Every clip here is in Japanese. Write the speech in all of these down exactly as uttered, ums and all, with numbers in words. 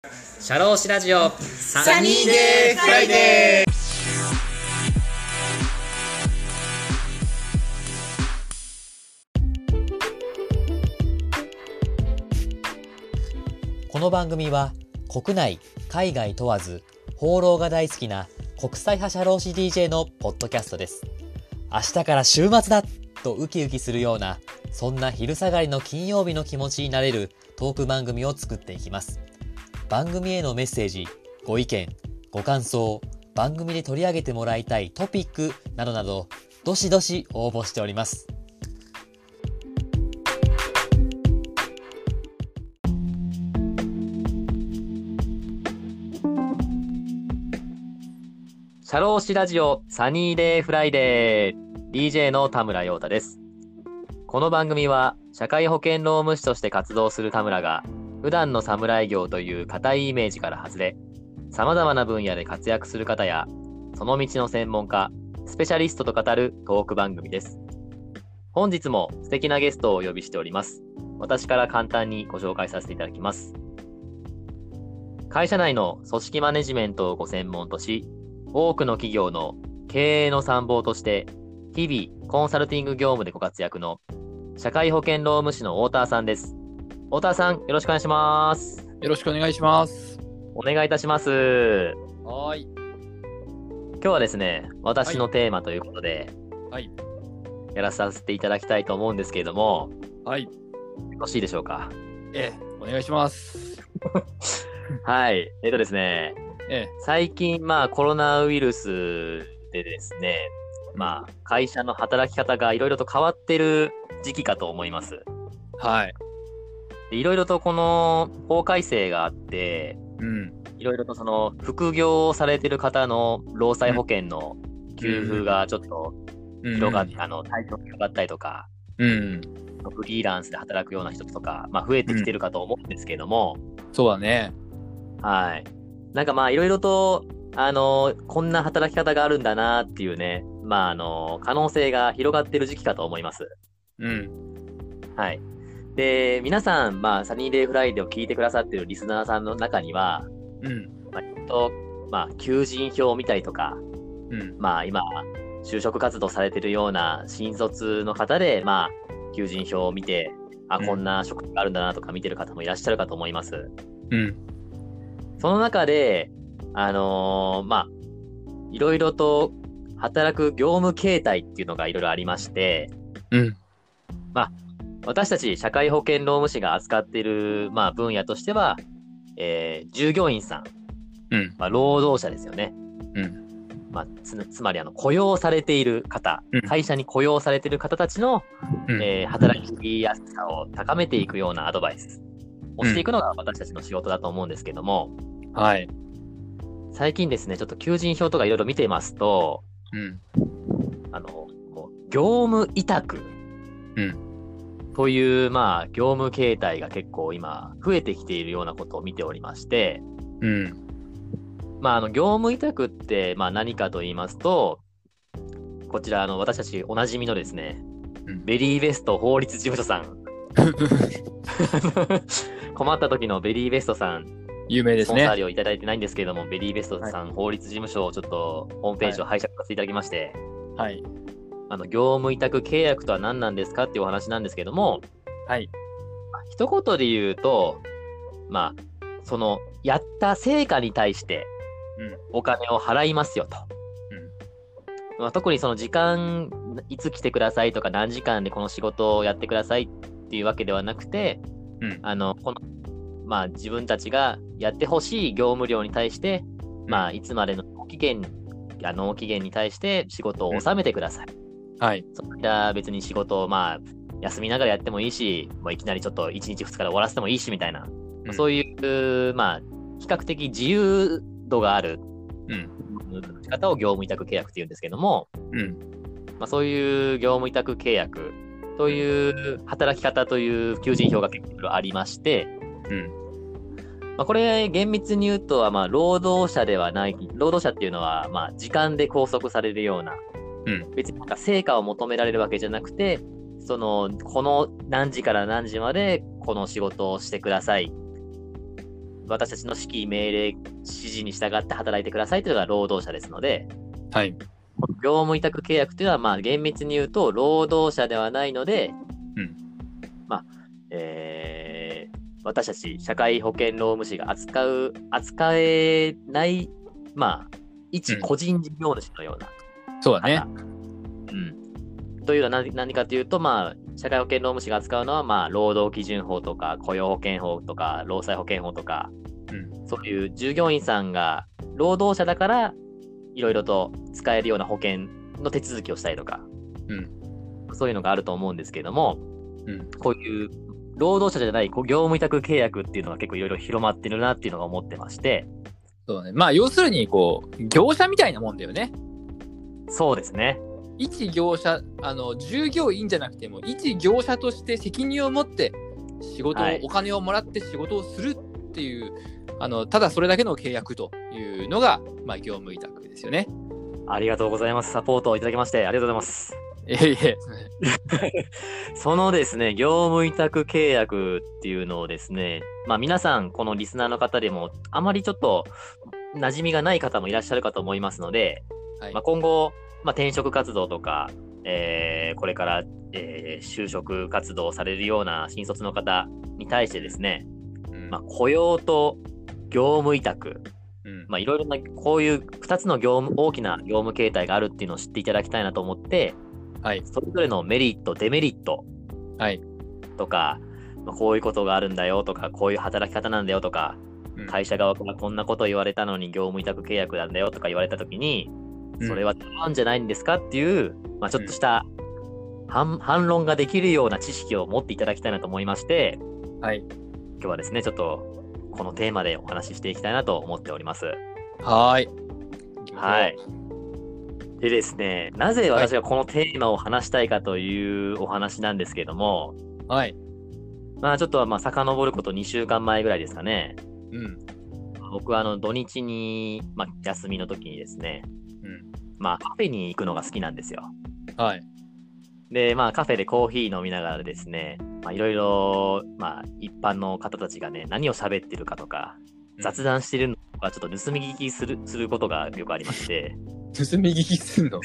シャローシラジオサニーデーフライデー。 この番組は国内海外問わず放浪が大好きな国際派社労士 ディージェー のポッドキャストです。明日から週末だとウキウキするような、そんな昼下がりの金曜日の気持ちになれるトーク番組を作っていきます。番組へのメッセージ、ご意見、ご感想、番組で取り上げてもらいたいトピックなどなど、どしどし応募しております。 シャローシラジオサニーデーフライデー ディージェー の田村陽太です。この番組は社会保険労務士として活動する田村が普段の侍業という固いイメージから外れ、様々な分野で活躍する方やその道の専門家、スペシャリストと語るトーク番組です。本日も素敵なゲストをお呼びしております。私から簡単にご紹介させていただきます。会社内の組織マネジメントをご専門とし、多くの企業の経営の参謀として日々コンサルティング業務でご活躍の社会保険労務士の太田さんです。太田さん、よろしくお願いします。 よろしくお願いします。 お願いいたします。 はい。 今日はですね、私のテーマということで、 はい、 やらさせていただきたいと思うんですけれども、 はい、 よろしいでしょうか。 ええ、お願いします。 はい、えっとですね、 ええ、 最近まあコロナウイルスでですね、まあ会社の働き方がいろいろと変わってる時期かと思います。 はい。 いろいろとこの法改正があって、 うん、 いろいろとその副業をされてる方の労災保険の給付がちょっと広がっ、うん、あの対象が広がったりとか、 うん、 フリーランスで働くような人とか、まあ、増えてきてるかと思うんですけども、 うん、そうだね。 はい。なんかまあいろいろとあのこんな働き方があるんだなっていうね、まああの可能性が広がってる時期かと思います。 うん。 はい。で、皆さん、まあ、サニーデイフライデーを聞いてくださっているリスナーさんの中には、 うん。 まあ、きっと、まあ、求人票を見たりとか、 うん。 まあ、今、就職活動されているような新卒の方で、まあ、求人票を見て、あ、こんな職があるんだなとか見てる方もいらっしゃるかと思います。 うん。 その中で、あのー、まあ、いろいろと働く業務形態っていうのがいろいろありまして、 うん。 まあ、私たち社会保険労務士が扱っている、まあ、分野としては、えー、従業員さん、 うんまあ、労働者ですよね。 うんまあ、つ, つまりあの雇用されている方、 うん、 会社に雇用されている方たちの、うんえー、働きやすさを高めていくようなアドバイスをしていくのが私たちの仕事だと思うんですけども、 うん、はい。 最近ですね、ちょっと求人票とかいろいろ見てますと、 うん、 あのこう業務委託、 うんという、まあ、業務形態が結構今、増えてきているようなことを見ておりまして、 うん。 まあ、あの、業務委託って、まあ、何かと言いますと、こちら、あの、私たちおなじみのですね、うん、ベリーベスト法律事務所さん。困った時のベリーベストさん。 有名ですね。 スポンサー料いただいてないんですけれども、ベリーベストさん、はい、法律事務所をちょっと、ホームページを拝借させていただきまして、 はい。 あの業務委託契約とは何なんですかっていうお話なんですけども、 はい。 一言で言うと、まあ、そのやった成果に対してお金を払いますよと。うんまあ、特にその時間いつ来てくださいとか何時間でこの仕事をやってくださいっていうわけではなくて、うん、あのこのまあ自分たちがやってほしい業務量に対して、うん、まあいつまでの納期限あ納期限に対して仕事を納めてください。うんはい。 そういった別に仕事をまあ休みながらやってもいいし、まあ、いきなりちょっといちにちふつかで終わらせてもいいしみたいな、うん、そういうまあ比較的自由度がある、うん、仕方を業務委託契約っていうんですけども、うんまあ、そういう業務委託契約という働き方という求人票が結構ありまして、うんまあ、これ厳密に言うとはまあ労働者ではない、労働者っていうのはまあ時間で拘束されるようなうん、別になんか成果を求められるわけじゃなくて、そのこの何時から何時までこの仕事をしてください。 私たちの指揮命令指示に従って働いてくださいというのが労働者ですので、 はい。 業務委託契約というのは、まあ、厳密に言うと、労働者ではないので、 うん。 まあ、えー、私たち社会保険労務士が扱う、扱えない、まあ、一個人事業主のような、 そうだね。 うん。というのは何、何かというと、まあ、社会保険労務士が扱うのは、まあ、労働基準法とか、雇用保険法とか、労災保険法とか、 うん。 そういう従業員さんが労働者だから、いろいろと使えるような保険の手続きをしたりとか、 うん。 そういうのがあると思うんですけれども、 うん。 こういう労働者じゃないこう業務委託契約っていうのが結構いろいろ広まってるなっていうのが思ってまして。 そうだね。まあ、要するに、こう、業者みたいなもんだよね。 そうですね。 一業者、あの、従業員じゃなくても、一業者として責任を持って仕事を、 はいお金をもらって仕事をするっていう、あの、ただそれだけの契約というのが、まあ、業務委託ですよね。 ありがとうございます。サポートをいただきましてありがとうございます。 いえいえ。 そのですね、業務委託契約っていうのをですね、まあ皆さん、このリスナーの方でも、あまりちょっと馴染みがない方もいらっしゃるかと思いますので、 はいまあ、今後、まあ、転職活動とか、えー、これから、えー、就職活動をされるような新卒の方に対してですね、 うんまあ、雇用と業務委託、 うんまあ、いろいろな、こういうふたつの業務、大きな業務形態があるっていうのを知っていただきたいなと思って、 はい。 それぞれのメリット、デメリットはい。 とか、まあ、こういうことがあるんだよとか、こういう働き方なんだよとか、 うん会社側からこんなこと言われたのに業務委託契約なんだよとか言われたときに、それは違うんじゃないんですかっていう、まあ、ちょっとした反、反論ができるような知識を持っていただきたいなと思いまして、 はい。 今日はですね、ちょっとこのテーマでお話ししていきたいなと思っております。 はーい。 はい。でですね、なぜ私がこのテーマを話したいかというお話なんですけども、 はい。 まあちょっとまあ遡ることにしゅうかんまえぐらいですかね。 うん。 僕はあの土日に、まあ、休みの時にですね、 うん。 まあカフェに行くのが好きなんですよ。 はい。 で、まあカフェでコーヒー飲みながらですね、まあいろいろ、まあ一般の方たちがね、何を喋ってるかとか、雑談してるのがちょっと盗み聞きする、することがよくありまして。 盗み聞きすんの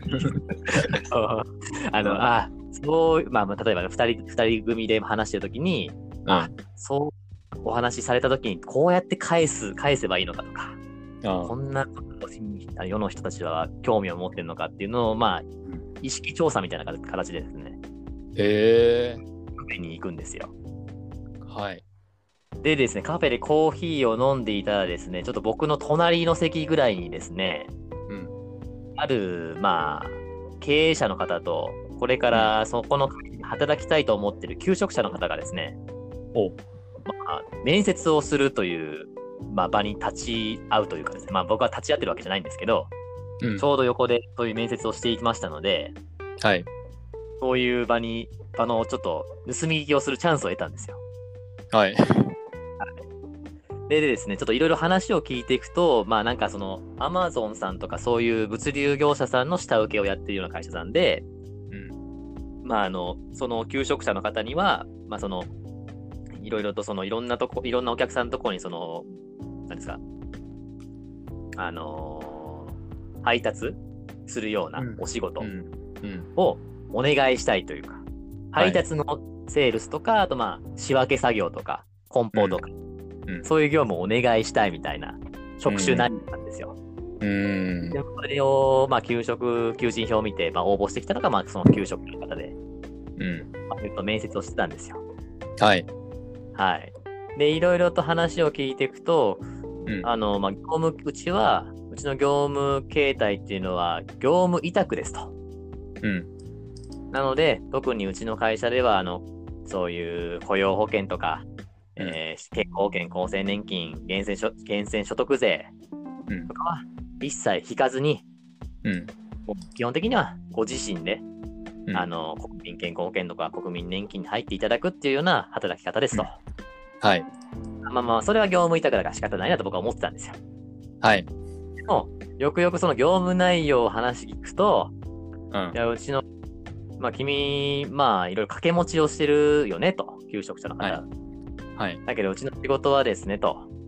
あの、あ、そう、まあまあ例えば二人、二人組で話してる時に、あ、そうお話しされた時にこうやって返す、返せばいいのかとか、 あこんなことを世の人たちは興味を持ってるのかっていうのを、まあ、意識調査みたいな形でですね、 へえ。 カフェに行くんですよ。 はい。 でですね、カフェでコーヒーを飲んでいたらですね、ちょっと僕の隣の席ぐらいにですね、 うん。 ある、まあ、経営者の方と、これからそこの会社に働きたいと思ってる求職者の方がですね、 おまあ、面接をするという、まあ、場に立ち会うというかですね、まあ僕は立ち会ってるわけじゃないんですけど、 うんちょうど横でそういう面接をしていきましたので、 はい。 そういう場に、場のちょっと盗み聞きをするチャンスを得たんですよ。 はい。 ででですね、ちょっといろいろ話を聞いていくと、まあなんかその、アマゾンさんとかそういう物流業者さんの下請けをやってるような会社さんで、 うん。 まああの、その求職者の方には、まあその、いろいろとそのいろんなとこ、いろんなお客さんのところにその、何ですか、あのー配達するようなお仕事うん。うん。 をお願いしたいというか、配達のセールスとか、あとまあ仕分け作業とか、梱包とか、 うん。 そういう業務をお願いしたいみたいな職種なんですよ。 うん。 で、それを、まあ、求職、求人票を見て、まあ、応募してきたのが、まあ、その求職の方で、 うん。 まあ、ずっと面接をしてたんですよ。 はい。 はい。で、いろいろと話を聞いていくと、 うん。 あの、まあ、業務、うちは、うちの業務形態っていうのは、業務委託ですと。 うん。 なので、特にうちの会社では、あの、そういう雇用保険とか、 うんえー健康保険、厚生年金、源泉所、源泉所得税うんとかは一切引かずに、 うん。 もう基本的にはご自身で、 うんあの、国民健康保険とか国民年金に入っていただくっていうような働き方ですと。 はい。 まあまあ、それは業務委託だから仕方ないなと僕は思ってたんですよ。 はい。 でも、よくよくその業務内容を話聞くと、 うんい。や、うちの、まあ君、まあいろいろ掛け持ちをしてるよねと、求職者の方。 はいはい。 だけど、うちの仕事はですねと、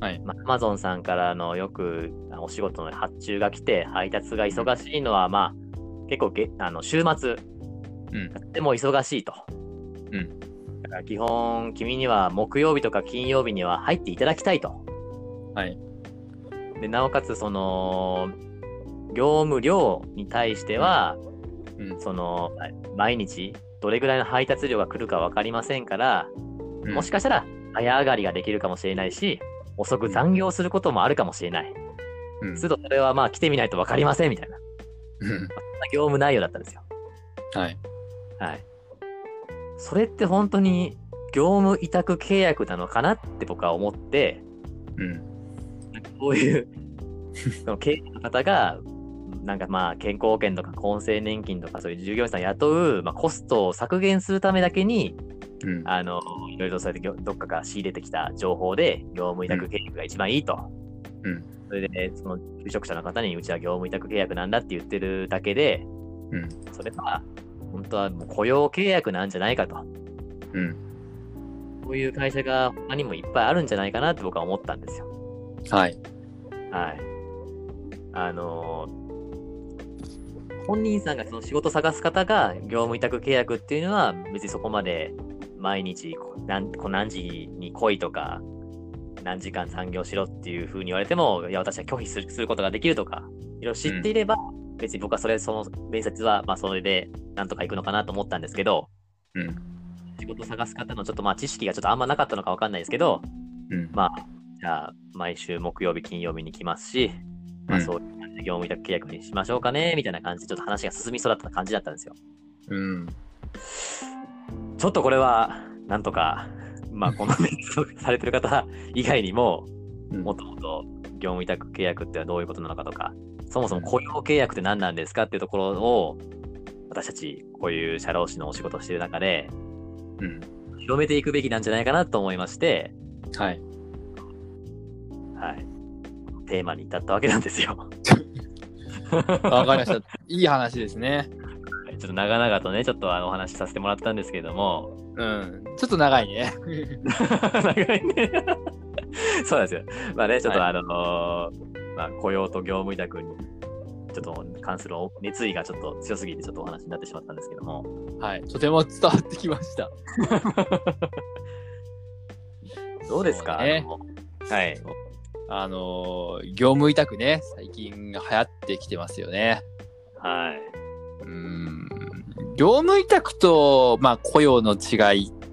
はい。 まあ、Amazon さんからのよくお仕事の発注が来て、配達が忙しいのは、まあ、結構げあの週末、 うん。 でも忙しいと。 うん。 だから基本、君には木曜日とか金曜日には入っていただきたいと。 はい。 で、なおかつ、その、業務量に対しては、 うん。 その、毎日、どれぐらいの配達量が来るか分かりませんから、 うんもしかしたら、早上がりができるかもしれないし、遅く残業することもあるかもしれない。 うん。 すると、それはまあ来てみないと分かりませんみたいな、 うん。 そんな業務内容だったんですよ。 はい。 はい。それって本当に業務委託契約なのかなって僕は思って、 うん。 なんかこういうその経営の方が、なんかまあ健康保険とか厚生年金とかそういう従業員さん雇う、まあ、コストを削減するためだけに、 うん。 あの、いろいろそうやって業どっかが仕入れてきた情報で、業務委託契約が一番いいと。 うん。 それで、その求職者の方に、うちは業務委託契約なんだって言ってるだけで、 うん。 それは、本当はもう雇用契約なんじゃないかと。 うん。 そういう会社が他にもいっぱいあるんじゃないかなって僕は思ったんですよ。 はい。 はい。あのー本人さんがその仕事探す方が業務委託契約っていうのは別にそこまで毎日何何時に来いとか何時間残業しろっていうふうに言われても、いや私は拒否するすることができるとかいろいろ知っていれば、うん、別に僕はそれその面接はまあそれでなんとか行くのかなと思ったんですけど、 うん。 仕事探す方のちょっとまあ知識がちょっとあんまなかったのかわかんないですけど、 うん。 まあじゃあ毎週木曜日金曜日に来ますし、まあ、そういう感じで業務委託契約にしましょうかねみたいな感じでちょっと話が進みそうだった感じだったんですよ。 うん。 ちょっとこれはなんとか、まあこの面接されてる方以外にも、もともと業務委託契約ってのはどういうことなのかとか、そもそも雇用契約って何なんですかっていうところを、私たちこういう社労士のお仕事をしている中で、 うん、 広めていくべきなんじゃないかなと思いまして、 はい。 はい。テーマに至ったわけなんですよ。 わかりました。いい話ですね。 ちょっと長々とね、ちょっとあのお話しさせてもらったんですけれども。 うん。ちょっと長いね。 長いね。そうなんですよ。まあね、ちょっとあの、 はい、まあ、雇用と業務委託にちょっと関する熱意がちょっと強すぎてちょっとお話になってしまったんですけども。 はい。とても伝わってきました。 どうですか、 ね、 はい。 あのー、業務委託ね、最近流行ってきてますよね。 はい。 うーん。業務委託と、まあ、雇用の違いって、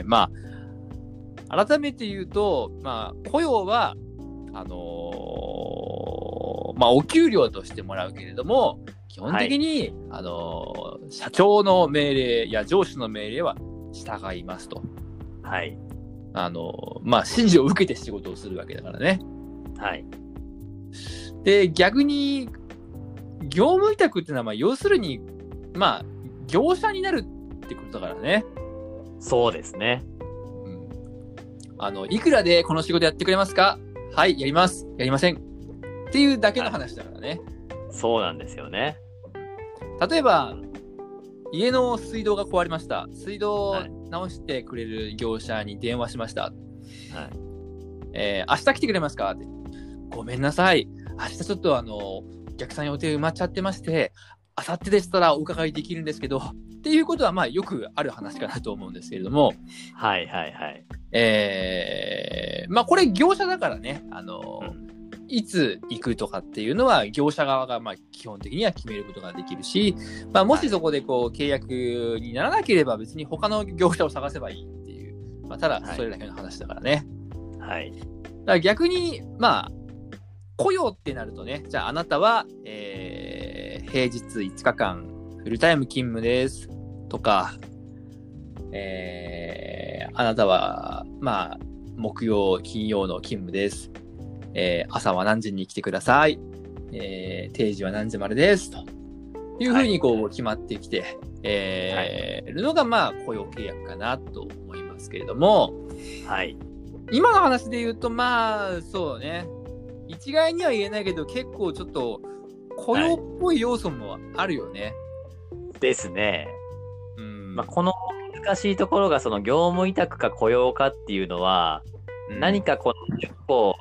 まあ、改めて言うと、まあ、雇用は、あのー、まあ、お給料としてもらうけれども、基本的に、はい、あのー、社長の命令や上司の命令は従いますと。 はい。 あのー、まあ、指示を受けて仕事をするわけだからね。 はい。 で、逆に、業務委託っていうのは、まあ、要するに、まあ、業者になるってことだからね。 そうですね。 うん。あの、いくらでこの仕事やってくれますか？はい、やります。やりません。っていうだけの話だからね。 そうなんですよね。 例えば、家の水道が壊れました。水道を直してくれる業者に電話しました。はい。えー、明日来てくれますかって。ごめんなさい。明日ちょっとあの、お客さん予定埋まっちゃってまして、明後日でしたらお伺いできるんですけど、っていうことはまあよくある話かなと思うんですけれども。 はいはいはい。 えー、まあこれ業者だからね、あの、うん、いつ行くとかっていうのは業者側がまあ基本的には決めることができるし、まあもしそこでこう契約にならなければ別に他の業者を探せばいいっていう、まあただそれだけの話だからね。 はい。 だから逆に、まあ、雇用ってなるとね、じゃああなたは、えー、平日いつかかんフルタイム勤務ですとか、えー、あなたは、まあ、木曜、金曜の勤務です。えー、朝は何時に来てください。えー、定時は何時までです。というふうにこう決まってきて、はい、えー、はい、るのがまあ雇用契約かなと思いますけれども、 はい。 今の話で言うと、まあ、そうね。一概には言えないけど、結構ちょっと雇用っぽい要素もあるよね。はい、 ですね。 うん。 まあ、この難しいところが、その業務委託か雇用かっていうのは、うん、何かこの結構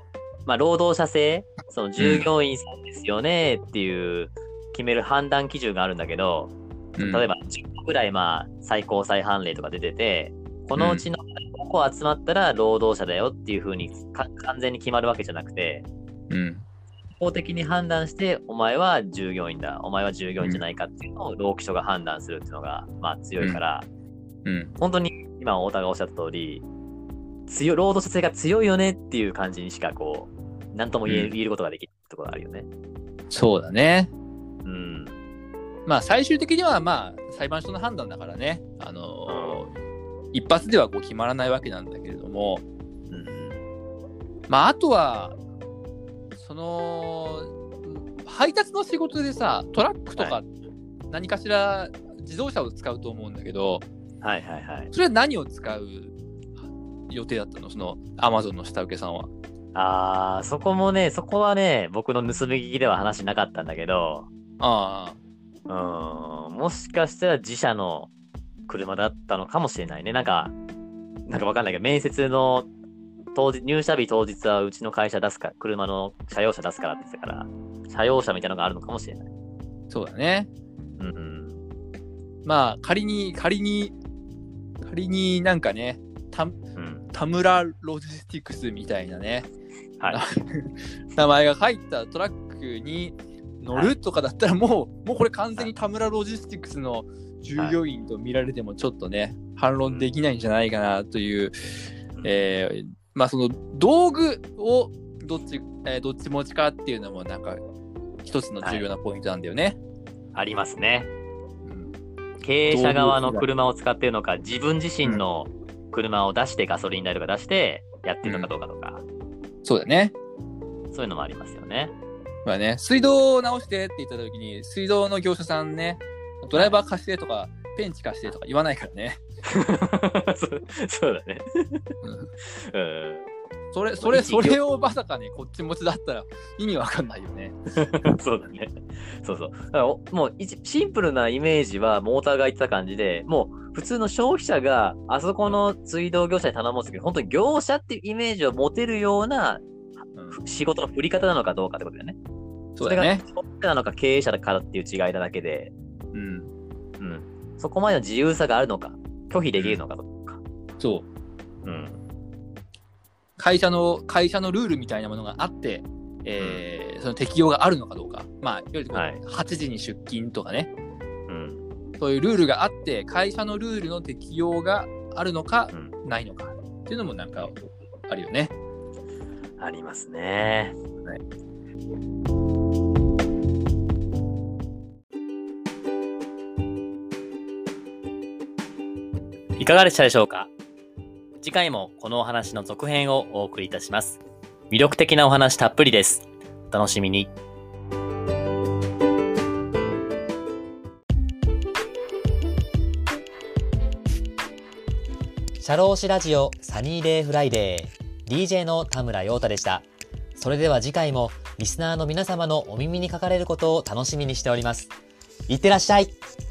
まあ、労働者制、その従業員さんですよねっていう決める判断基準があるんだけど、うん、例えばじゅっこぐらいまあ最高裁判例とか出てて、このうちのごこ集まったら労働者だよっていう風に完全に決まるわけじゃなくて、 うん、 法的に判断して、お前は従業員だ、お前は従業員じゃないかっていうのを労基署が判断するっていうのがまあ強いから、 うんうん、 本当に今太田がおっしゃった通り、強い労働者性が強いよねっていう感じにしかこう何とも言える、うん、言えることができるところがあるよね。 そうだね。 うん。 まあ最終的にはまあ裁判所の判断だからね、あのーうん、一発ではこう決まらないわけなんだけれども、うん、まああとはその配達の仕事でさ、トラックとか何かしら自動車を使うと思うんだけど、 はいはいはい。 それは何を使う予定だったの？そのアマゾンの下請けさんは。 ああ、そこもね、そこはね、僕の盗み聞きでは話なかったんだけど、 ああ、うん、もしかしたら自社の車だったのかもしれないね。なんか、なんかわかんないけど、面接の当日、入社日当日はうちの会社出すか、車の車用車出すからって言ってたから、車用車みたいなのがあるのかもしれない。 そうだね。 うんうん。 まあ、仮に、仮に、仮になんかね、た、うん、田村ロジスティクスみたいなね、 はい、 名前が入ったトラックに乗るとかだったらもう、はい、もうこれ完全に田村ロジスティクスの従業員と見られてもちょっとね、はい、反論できないんじゃないかなという、うん、えー、まあその道具をどっち、えー、どっち持ちかっていうのもなんか一つの重要なポイントなんだよね。はい、 ありますね、うん。経営者側の車を使っているのか、自分自身の車を出してガソリン代とか出してやってるのかどうかとか、 うん、そうだね。 そういうのもありますよね。 まあね、水道を直してって言った時に水道の業者さんね、ドライバー貸してとか、はい、ペンチ貸してとか言わないからね。 そ, そうだね。 うんうん、それそれそれをまさかねこっち持ちだったら意味わかんないよね。 そうだね。そうそう。だからもうシンプルなイメージはモーターが言ってた感じで、もう普通の消費者があそこの水道業者に頼もうときに本当に業者っていうイメージを持てるような仕事の振り方なのかどうかってことだよね。 そうだね。 それが消費者なのか経営者だからっていう違いなだけで、 うん、 うん、そこまでの自由さがあるのか、拒否できるのかどうか。 そう。うん。会社の会社のルールみたいなものがあって、えーうん、その適用があるのかどうか。まあ、いわゆるはちじに出勤とかね、うん。そういうルールがあって、会社のルールの適用があるのか、うん、ないのかっていうのもなんかあるよね。 ありますね。はい。いかがでしたでしょうか？次回もこのお話の続編をお送りいたします。魅力的なお話たっぷりです。お楽しみに。 社労士ラジオサニーデイフライデー ディージェー の田村陽太でした。それでは次回もリスナーの皆様のお耳にかかれることを楽しみにしております。いってらっしゃい。